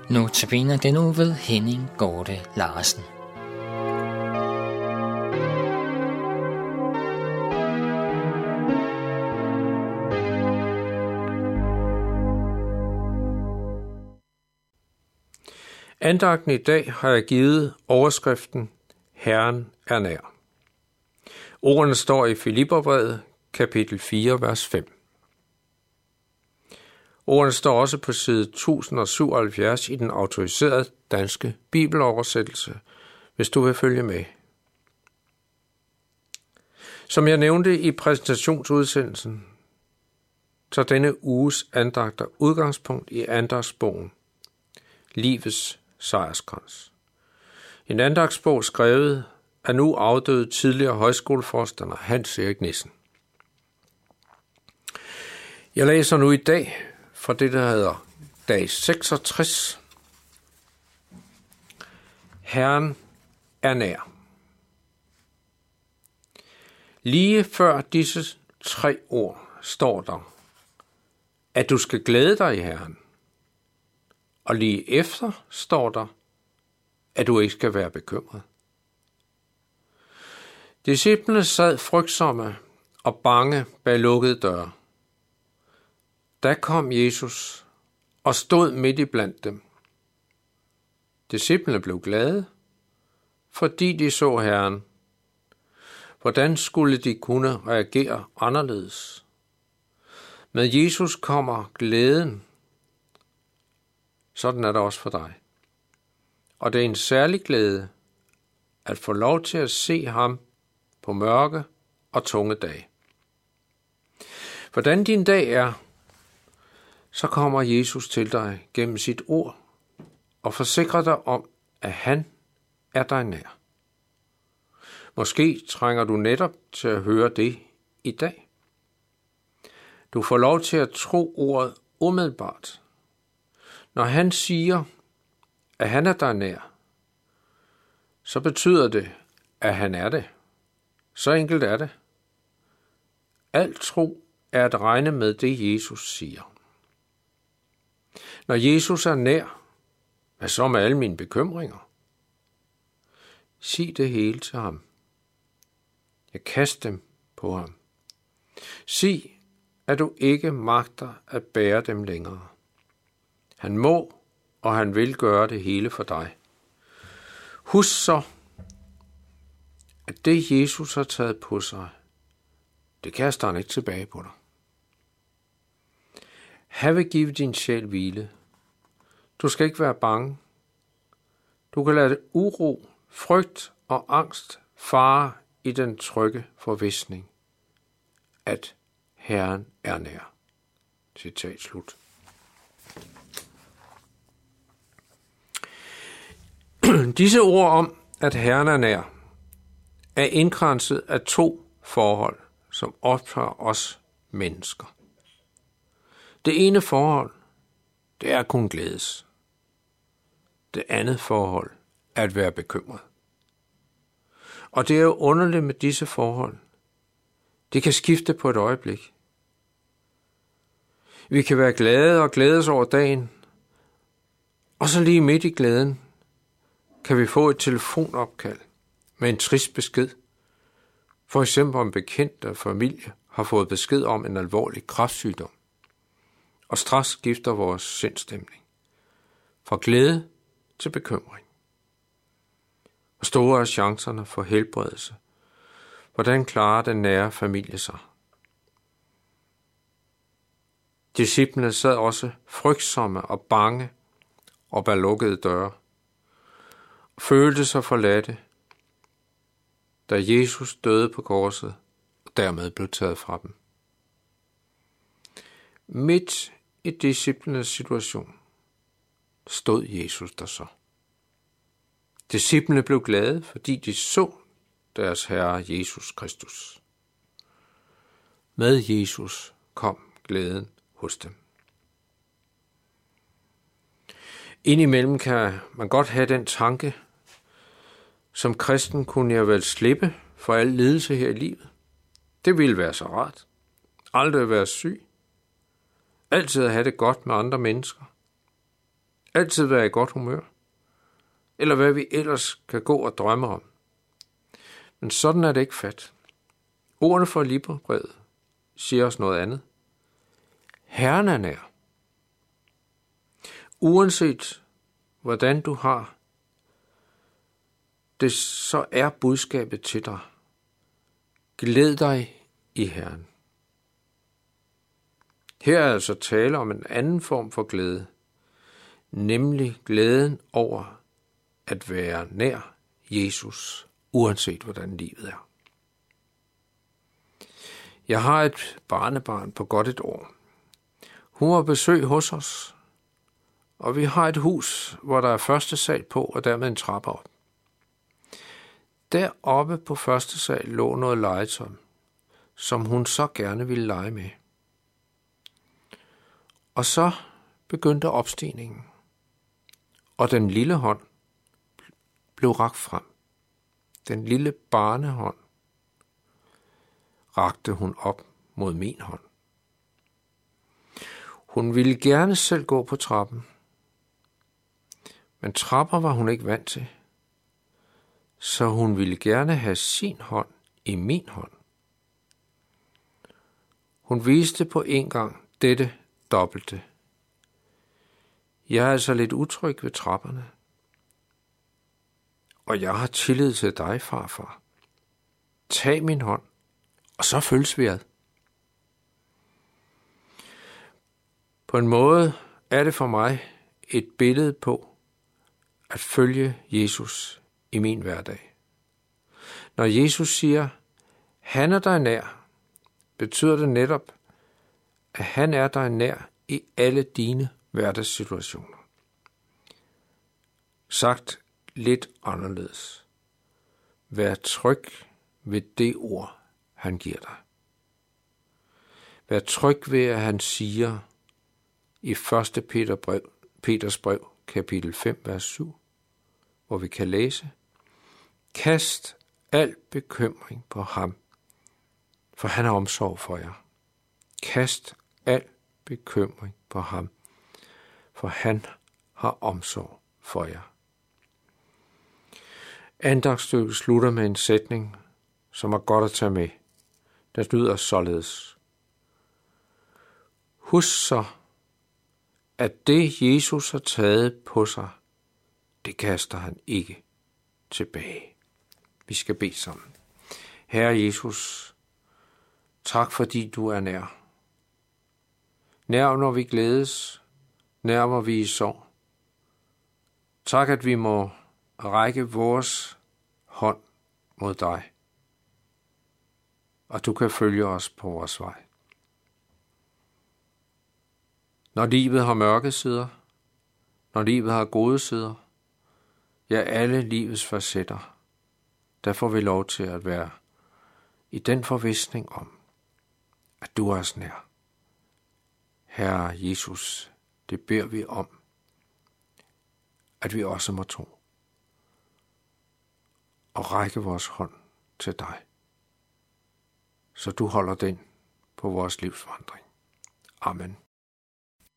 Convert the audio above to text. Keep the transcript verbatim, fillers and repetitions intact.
Notabene den uge ved Henning Gorte Larsen. Andagten i dag har jeg givet overskriften Herren er nær. Ordene står i Filipperbrevet, kapitel fire, vers fem. Ordene står også på side tusind syvoghalvfjerds i den autoriserede danske bibeloversættelse, hvis du vil følge med. Som jeg nævnte i præsentationsudsendelsen, så denne uges andagter udgangspunkt i andagtsbogen Livets sejrskrans. En andagtsbog skrevet af nu afdøde tidligere højskoleforstander Hans Erik Nissen. Jeg læser nu i dag fra det, der hedder dag seksogtres. Herren er nær. Lige før disse tre ord står der, at du skal glæde dig i Herren. Og lige efter står der, at du ikke skal være bekymret. Disciplene sad frygtsomme og bange bag lukkede døre. Da kom Jesus og stod midt i blandt dem. Disciplene blev glade, fordi de så Herren. Hvordan skulle de kunne reagere anderledes? Med Jesus kommer glæden. Sådan er det også for dig. Og det er en særlig glæde at få lov til at se ham på mørke og tunge dage. Hvordan din dag er, så kommer Jesus til dig gennem sit ord og forsikrer dig om, at han er dig nær. Måske trænger du netop til at høre det i dag. Du får lov til at tro ordet umiddelbart. Når han siger, at han er dig nær, så betyder det, at han er det. Så enkelt er det. Alt tro er at regne med det, Jesus siger. Når Jesus er nær, hvad så med alle mine bekymringer? Sig det hele til ham. Jeg kaster dem på ham. Sig, at du ikke magter at bære dem længere. Han må, og han vil gøre det hele for dig. Husk så, at det Jesus har taget på sig, det kaster han ikke tilbage på dig. Han vil give din sjæl hvile. Du skal ikke være bange. Du kan lade uro, frygt og angst fare i den trygge forvisning, at Herren er nær. Citat slut. Disse ord om, at Herren er nær, er indkranset af to forhold, som optager os mennesker. Det ene forhold, det er at kunne glædes. Det andet forhold er at være bekymret. Og det er jo underligt med disse forhold. Det kan skifte på et øjeblik. Vi kan være glade og glædes over dagen, og så lige midt i glæden kan vi få et telefonopkald med en trist besked. For eksempel om bekendt og familie har fået besked om en alvorlig kræftsygdom. Og straks skifter vores sindstemning fra glæde til bekymring. Hvor store er chancerne for helbredelse? Hvordan klarer den nære familie sig? Disciplene sad også frygtsomme og bange og bag lukkede døre. Følte sig forladte, da Jesus døde på korset og dermed blev taget fra dem. Midt i disciplenes situation stod Jesus der så. Disciplene blev glade, fordi de så deres Herre Jesus Kristus. Med Jesus kom glæden hos dem. Indimellem kan man godt have den tanke, som kristen kunne jeg vel slippe for al lidelse her i livet. Det ville være så rart. Aldrig være syg. Altid at have det godt med andre mennesker. altid være i godt humør, eller hvad vi ellers kan gå og drømme om. Men sådan er det ikke fat. Ordene fra Librevbrevet siger os noget andet. Herren er nær. Uanset hvordan du har det, så er budskabet til dig. Glæd dig i Herren. Her er altså tale om en anden form for glæde, nemlig glæden over at være nær Jesus, uanset hvordan livet er. Jeg har et barnebarn på godt et år. Hun var besøg hos os, og vi har et hus, hvor der er første sal på, og dermed en trappe op. Deroppe på første sal lå noget legetøj, som hun så gerne ville lege med. Og så begyndte opstigningen, og den lille hånd blev rakt frem. Den lille barnehånd rakte hun op mod min hånd. Hun ville gerne selv gå på trappen, men trapper var hun ikke vant til, så hun ville gerne have sin hånd i min hånd. Hun viste på en gang dette dobbelte. Jeg er altså lidt utryg ved trapperne, og jeg har tillid til dig, farfar. Tag min hånd, og så følges vi ad. På en måde er det for mig et billede på at følge Jesus i min hverdag. Når Jesus siger, han er dig nær, betyder det netop, at han er dig nær i alle dine hverdagssituationer. Sagt lidt anderledes. Vær tryg ved det ord, han giver dig. Vær tryg ved, at han siger i første Peter brev, Peters brev, kapitel fem, vers syv, hvor vi kan læse, kast al bekymring på ham, for han har omsorg for jer. Kast al bekymring på ham, for han har omsorg for jer. Andagsstykket slutter med en sætning, som er godt at tage med. Den lyder således. Husk så, at det Jesus har taget på sig, det kaster han ikke tilbage. Vi skal bede sammen. Herre Jesus, tak fordi du er nær. Nær når vi glædes, nær når vi er i sorg. Tak at vi må række vores hånd mod dig, og du kan følge os på vores vej. Når livet har mørke sider, når livet har gode sider, ja, alle livets facetter, der får vi lov til at være i den forvisning om, at du er os nær. Herre Jesus, det beder vi om, at vi også må tro og række vores hånd til dig, så du holder den på vores livsvandring. Amen.